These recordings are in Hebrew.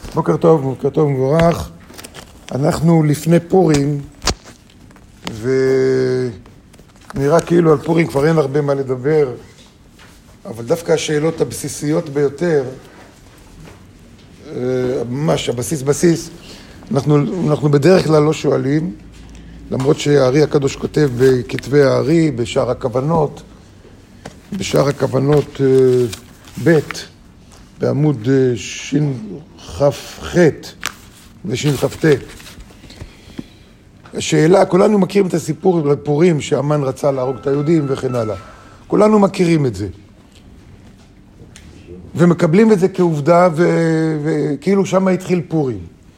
בוקר טוב מבורך. אנחנו לפני פורים, ונראה כאילו על פורים כבר אין הרבה מה לדבר, אבל דווקא השאלות הבסיסיות ביותר, ממש הבסיס, אנחנו בדרך כלל לא שואלים, למרות שהארי הקדוש כותב בכתבי הארי, בשער הכוונות ב' בעמוד שכ"ח ושכ"ט. השאלה, כולנו מכירים את הסיפור על פורים שהמן רצה להרוג את היהודים וכן הלאה. כולנו מכירים את זה. ומקבלים את זה כעובדה וכאילו שם התחיל פורים.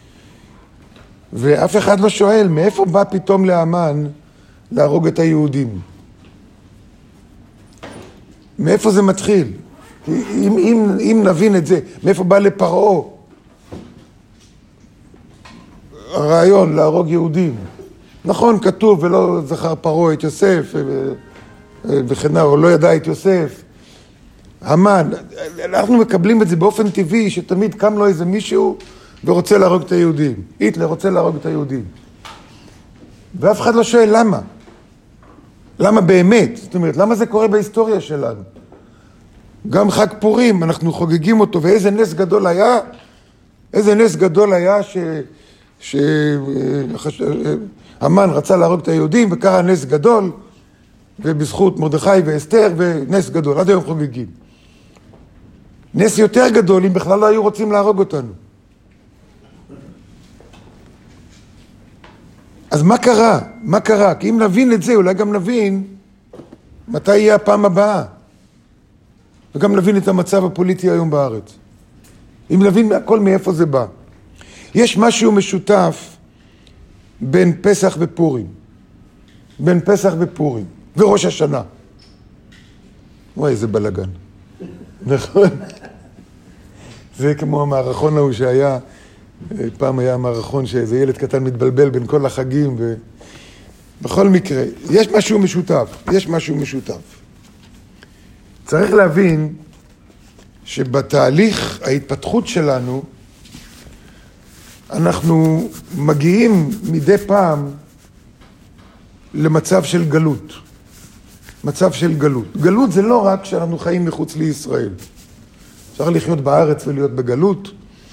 ואף אחד לא שואל מאיפה בא פתאום להמן להרוג את היהודים. מאיפה זה מתחיל? אם נבין את זה, מאיפה בא לפרעה הרעיון להרוג יהודים? נכון, כתוב, ולא זכר פרעה את יוסף וכן הלאה, או לא ידע את יוסף. המן, אנחנו מקבלים את זה באופן טבעי, שתמיד קם לו איזה מישהו ורוצה להרוג את היהודים. היטלר רוצה להרוג את היהודים. ואף אחד לא שואל למה. למה באמת? זאת אומרת, למה זה קורה בהיסטוריה שלנו? גם חג פורים, אנחנו חוגגים אותו, ואיזה נס גדול היה שהמן רצה להרוג את היהודים, וקרה נס גדול, ובזכות מרדכי ואסתר, ונס גדול, עד היום חוגגים. נס יותר גדול, אם בכלל לא היו רוצים להרוג אותנו. אז מה קרה? כי אם נבין את זה, אולי גם נבין מתי יהיה הפעם הבאה. וגם נבין את המצב הפוליטי היום בארץ. אם נבין הכל מאיפה זה בא. יש משהו משותף בין פסח ופורים. וראש השנה. וואי, איזה בלגן. נכון? זה כמו המערכון ההוא שהיה, פעם היה מערכון שאיזה ילד קטן מתבלבל בין כל החגים, בכל מקרה, יש משהו משותף. צריך להבין שבתהליך ההתפתחות שלנו, אנחנו מגיעים מדי פעם למצב של גלות. גלות זה לא רק שאנחנו חיים מחוץ לישראל. אפשר לחיות בארץ ולהיות בגלות,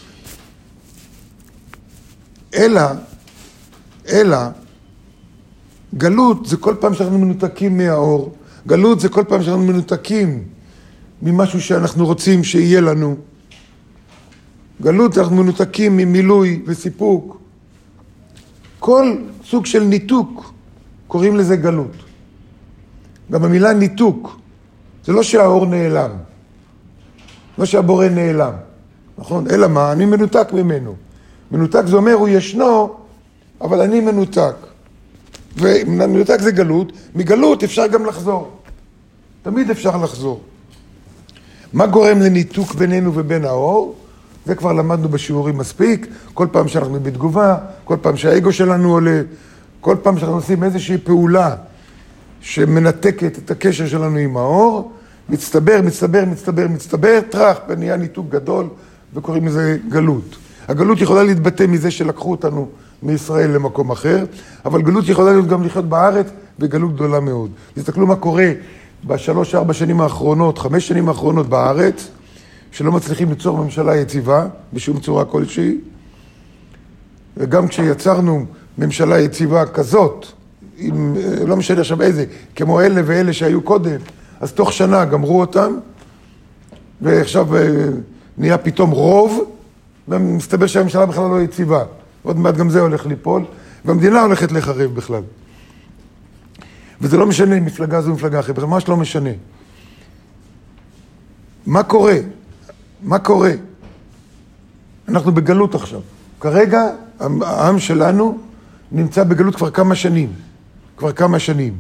אלא גלות זה כל פעם שאנחנו מנותקים מהאור. גלות זה כל פעם שאנחנו מנותקים ממשהו שאנחנו רוצים שיהיה לנו. גלות אנחנו מנותקים ממילוי וסיפוק. כל סוג של ניתוק קוראים לזה גלות. גם המילה ניתוק, זה לא שהאור נעלם, לא שהבורא נעלם, נכון? אלא מה? אני מנותק ממנו. מנותק זה אומר הוא ישנו, אבל אני מנותק. ומנותק זה גלות, מגלות אפשר גם לחזור. תמיד אפשר לחזור. מה גורם לניתוק בינינו ובין האור? זה כבר למדנו בשיעורים מספיק, כל פעם שאנחנו בתגובה, כל פעם שהאגו שלנו עולה, כל פעם שאנחנו עושים איזושהי פעולה שמנתקת את הקשר שלנו עם האור, מצטבר, טרח, ונהיה ניתוק גדול, וקוראים לזה גלות. הגלות יכולה להתבטא מזה שלקחו אותנו מישראל למקום אחר, אבל גלות יכולה להיות גם לחיות בארץ, וגלות גדולה מאוד. תסתכלו מה קורה ב3-4 שנים האחרונות, 5 שנים האחרונות בארץ, שלא מצליחים ליצור ממשלה יציבה, בשום צורה כלשהי, וגם כשיצרנו ממשלה יציבה כזאת, לא משנה עכשיו איזה, כמו אלה ואלה שהיו קודם, אז תוך שנה גמרו אותם, ועכשיו נהיה פתאום רוב, ומסתבר שהממשלה בכלל לא יציבה. עוד מעט גם זה הולך ליפול, והמדינה הולכת לחרב בכלל. וזה לא משנה אם מפלגה זו מפלגה אחרת, ממש לא משנה. מה קורה? אנחנו בגלות עכשיו. כרגע העם שלנו נמצא בגלות כבר כמה שנים.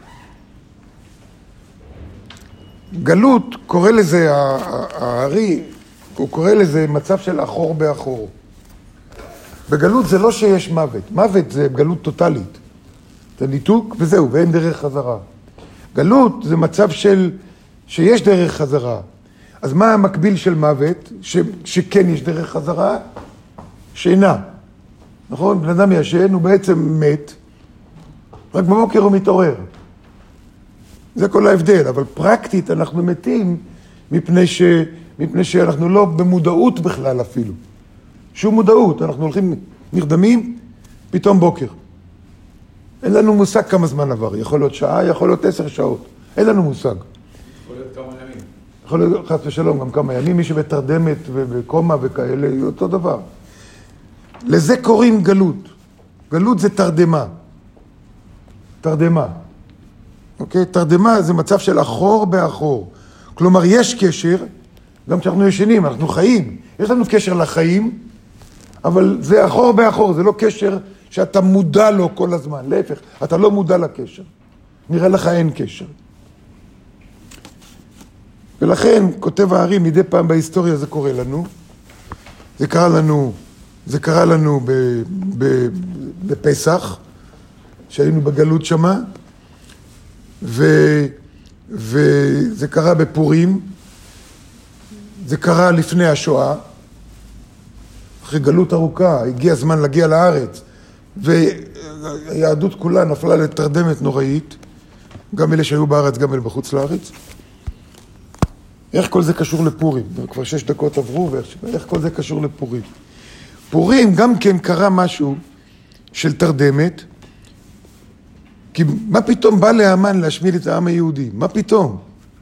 גלות, קורא לזה הארי, הוא קורא לזה מצב של אחור באחור. בגלות זה לא שיש מוות זה גלות טוטלית. זה ניתוק וזהו, ואין דרך חזרה. גלות זה מצב שיש דרך חזרה. אז מה המקביל של מוות? שכן יש דרך חזרה? שינה. נכון? בן אדם ישן, הוא בעצם מת, רק בבוקר הוא מתעורר. זה כל ההבדל, אבל פרקטית אנחנו מתים מפני שאנחנו לא במודעות בכלל אפילו. שום מודעות, אנחנו הולכים, נרדמים, פתאום בוקר. אין לנו מושג כמה זמן עבר, יכול להיות שעה, יכול להיות 10 שעות. אין לנו מושג. יכול להיות כמה ימים. יכול להיות חס ושלום גם כמה ימים, מי שבתרדמת וקומה וכאלה, אותו דבר. לזה קוראים גלות. גלות זה תרדמה. תרדמה. אוקיי? תרדמה זה מצב של אחור באחור. כלומר, יש קשר, גם כשאנחנו ישנים, אנחנו חיים. יש לנו קשר לחיים, אבל זה אחור באחור, זה לא קשר שאתה מודע לו כל הזמן. להפך, אתה לא מודע לקשר. נראה לך אין קשר. ולכן, כותב הארי, מדי פעם בהיסטוריה זה קורה לנו. זה קרה לנו בפסח, שהיינו בגלות שמה, וזה קרה בפורים, זה קרה לפני השואה, אחרי גלות ארוכה, הגיע הזמן להגיע לארץ, והיהדות כולה נפלה לתרדמת נוראית, גם אלה שהיו בארץ, גם אלה בחוץ לארץ. איך כל זה קשור לפורים? כבר 6 דקות עברו, ואיך כל זה קשור לפורים? פורים גם כן קרה משהו של תרדמת, כי מה פתאום בא להמן להשמיד את העם היהודי? מה פתאום?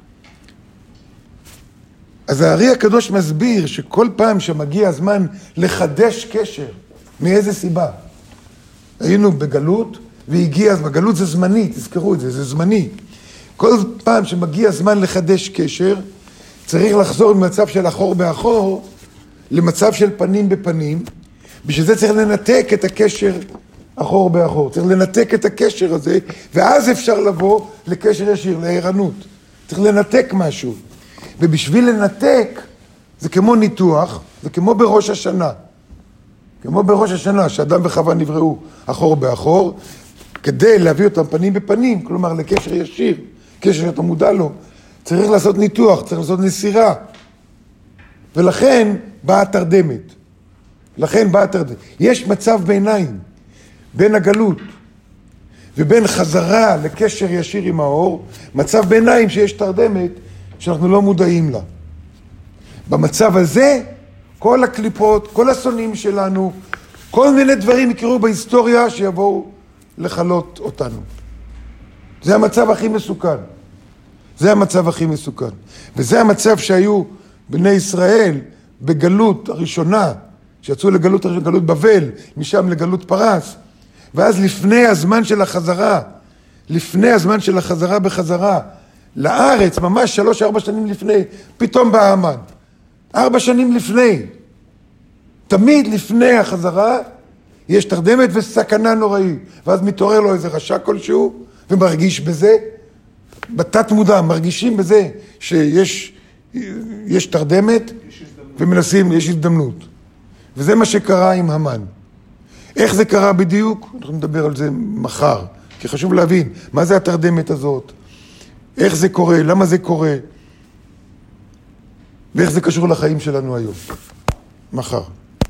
אז הארי הקדוש מסביר שכל פעם שמגיע הזמן לחדש קשר, מאיזה סיבה? היינו בגלות, והגיע הזמן, גלות זה זמני, תזכרו את זה, זה זמני. כל פעם שמגיע הזמן לחדש קשר, צריך לחזור ממצב של אחור באחור, למצב של פנים בפנים, בשביל זה צריך לנתק את הקשר אחור באחור, צריך לנתק את הקשר הזה, ואז אפשר לבוא לקשר ישיר, לערנות. צריך לנתק משהו. ובשביל לנתק, זה כמו ניתוח, זה כמו בראש השנה. כמו בראש השנה, שאדם וחווה נבראו אחור באחור, כדי להביא אותם פנים בפנים, כלומר לקשר ישיר, קשר שאתה מודע לו, צריך לעשות ניתוח, צריך לעשות נסירה. ולכן באה תרדמת. יש מצב ביניים, בין הגלות ובין חזרה לקשר ישיר עם האור, מצב ביניים שיש תרדמת שאנחנו לא מודעים לה. במצב הזה, כל הקליפות, כל השונאים שלנו, כל מיני דברים יקרו בהיסטוריה שיבואו לחלות אותנו. זה המצב הכי מסוכן. וזה המצב שהיו בני ישראל בגלות הראשונה, שיצאו לגלות בבל, משם לגלות פרס, ואז לפני הזמן של החזרה בחזרה לארץ, ממש 3-4 שנים לפני, פתאום בא המן. 4 שנים לפני. תמיד לפני החזרה יש תרדמת וסכנה נוראית. ואז מתעורר לו איזה רשע כלשהו ומרגיש בזה. בתת מודע מרגישים בזה שיש תרדמת ומנסים, יש הזדמנות. וזה מה שקרה עם המן. איך זה קרה בדיוק? אנחנו נדבר על זה מחר. כי חשוב להבין מה זה התרדמת הזאת. איך זה קורה, למה זה קורה, ואיך זה קשור לחיים שלנו היום. מחר.